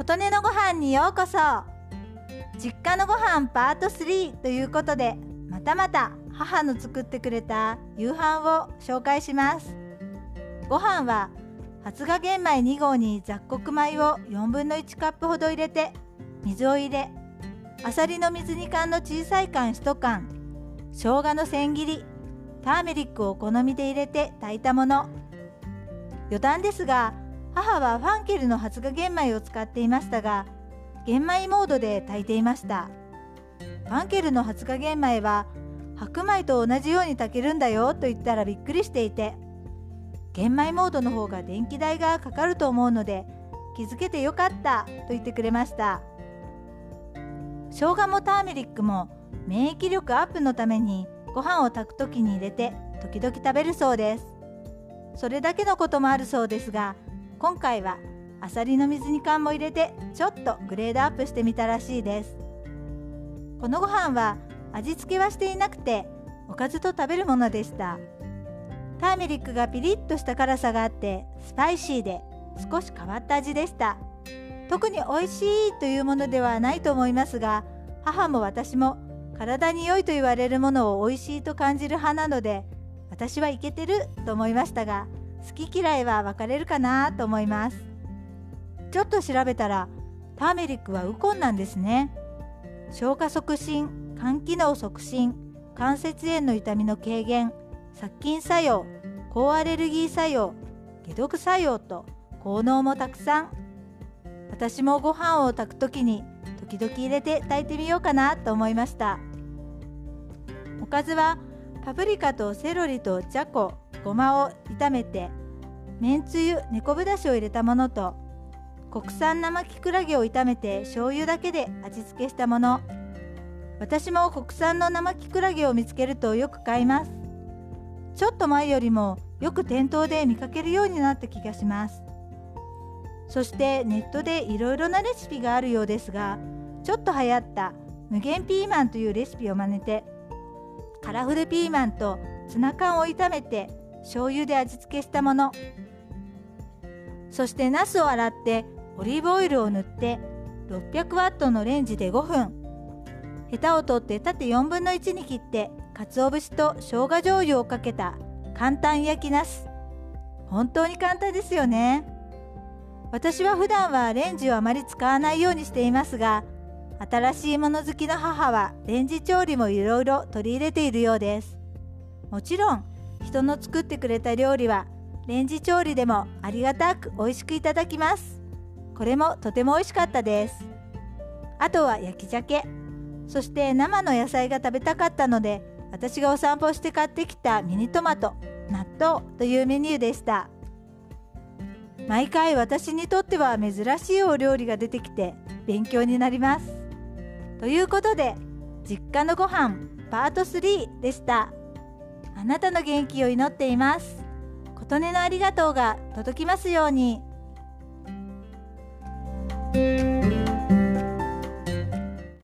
琴音のご飯にようこそ。実家のご飯パート3ということで、またまた母の作ってくれた夕飯を紹介します。ご飯は発芽玄米2合に雑穀米を4分の1カップほど入れて、水を入れ、あさりの水煮缶の小さい缶1缶、生姜の千切り、ターメリックをお好みで入れて炊いたもの。余談ですが、母はファンケルの発芽玄米を使っていましたが、玄米モードで炊いていました。ファンケルの発芽玄米は白米と同じように炊けるんだよと言ったらびっくりしていて、玄米モードの方が電気代がかかると思うので気づけてよかったと言ってくれました。生姜もターメリックも免疫力アップのためにご飯を炊くときに入れて時々食べるそうです。それだけのこともあるそうですが、今回はあさりの水煮缶も入れてちょっとグレードアップしてみたらしいです。このご飯は味付けはしていなくておかずと食べるものでした。ターメリックがピリッとした辛さがあってスパイシーで少し変わった味でした。特に美味しいというものではないと思いますが、母も私も体に良いと言われるものを美味しいと感じる派なので、私はいけてると思いましたが、好き嫌いは分かれるかなと思います。ちょっと調べたらターメリックはウコンなんですね。消化促進、肝機能促進、関節炎の痛みの軽減、殺菌作用、抗アレルギー作用、解毒作用と効能もたくさん。私もご飯を炊くときに時々入れて炊いてみようかなと思いました。おかずはパプリカとセロリとじゃこ、ごまを炒めて、めんつゆ、猫ぶだしを入れたものと、国産生きくらげを炒めて醤油だけで味付けしたもの。私も国産の生きくらげを見つけるとよく買います。ちょっと前よりもよく店頭で見かけるようになった気がします。そしてネットでいろいろなレシピがあるようですが、ちょっと流行った無限ピーマンというレシピを真似て、カラフルピーマンとツナ缶を炒めて醤油で味付けしたもの。そしてナスを洗ってオリーブオイルを塗って600ワットのレンジで5分。ヘタを取って縦4分の1に切って鰹節と生姜醤油をかけた簡単焼きナス。本当に簡単ですよね。私は普段はレンジをあまり使わないようにしていますが、新しいもの好きの母はレンジ調理もいろいろ取り入れているようです。もちろん人の作ってくれた料理はレンジ調理でもありがたく美味しくいただきます。これもとても美味しかったです。あとは焼き鮭、そして生の野菜が食べたかったので、私がお散歩して買ってきたミニトマト、納豆というメニューでした。毎回私にとっては珍しいお料理が出てきて勉強になります。ということで、実家のご飯パート3でした。あなたの元気を祈っています。琴音のありがとうが届きますように。